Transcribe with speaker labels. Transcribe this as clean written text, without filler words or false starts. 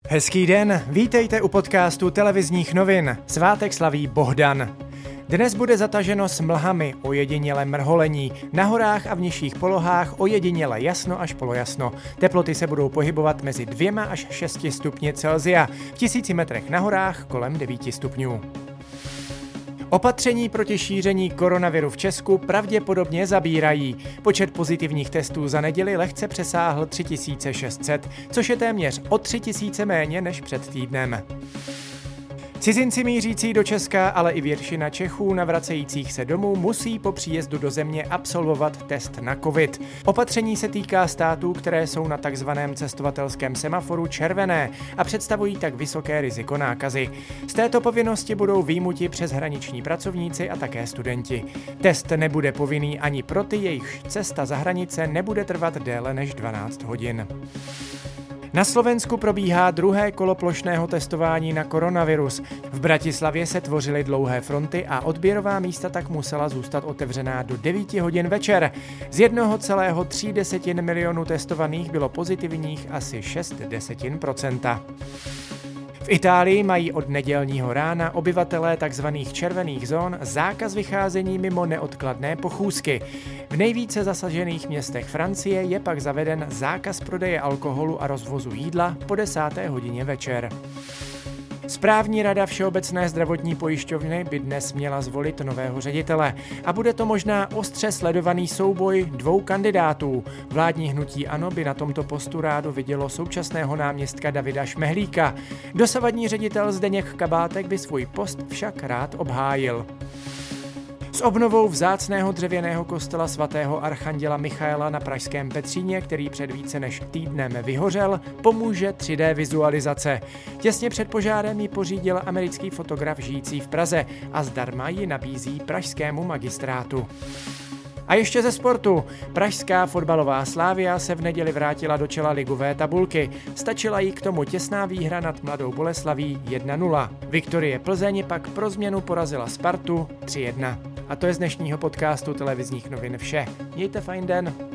Speaker 1: Hezký den, vítejte u podcastu televizních novin. Svátek slaví Bohdan. Dnes bude zataženo s mlhami, ojediněle mrholení, na horách a v nižších polohách ojediněle jasno až polojasno. Teploty se budou pohybovat mezi 2 až 6 stupni Celsia, v 1000 metrech na horách kolem 9 stupňů. Opatření proti šíření koronaviru v Česku pravděpodobně zabírají. Počet pozitivních testů za neděli lehce přesáhl 3600, což je téměř o 3000 méně než před týdnem. Cizinci mířící do Česka, ale i většina Čechů navracejících se domů musí po příjezdu do země absolvovat test na COVID. Opatření se týká států, které jsou na takzvaném cestovatelském semaforu červené a představují tak vysoké riziko nákazy. Z této povinnosti budou vyjmuti přeshraniční pracovníci a také studenti. Test nebude povinný ani pro ty, jejichž cesta za hranice nebude trvat déle než 12 hodin. Na Slovensku probíhá druhé kolo plošného testování na koronavirus. V Bratislavě se tvořily dlouhé fronty a odběrová místa tak musela zůstat otevřená do 9 hodin večer. Z 1,3 milionu testovaných bylo pozitivních asi 0,6%. V Itálii mají od nedělního rána obyvatelé tzv. Červených zón zákaz vycházení mimo neodkladné pochůzky. V nejvíce zasažených městech Francie je pak zaveden zákaz prodeje alkoholu a rozvozu jídla po 10. hodině večer. Správní rada Všeobecné zdravotní pojišťovny by dnes měla zvolit nového ředitele a bude to možná ostře sledovaný souboj 2 kandidátů. Vládní hnutí ANO by na tomto postu rádo vidělo současného náměstka Davida Šmehlíka. Dosavadní ředitel Zdeněk Kabátek by svůj post však rád obhájil. S obnovou vzácného dřevěného kostela svatého archanděla Michaela na pražském Petříně, který před více než týdnem vyhořel, pomůže 3D vizualizace. Těsně před požárem ji pořídil americký fotograf žijící v Praze a zdarma ji nabízí pražskému magistrátu. A ještě ze sportu. Pražská fotbalová Slavia se v neděli vrátila do čela ligové tabulky. Stačila jí k tomu těsná výhra nad Mladou Boleslaví 1-0. Viktorie Plzeň pak pro změnu porazila Spartu 3-1. A to je z dnešního podcastu televizních novin vše. Mějte fajn den.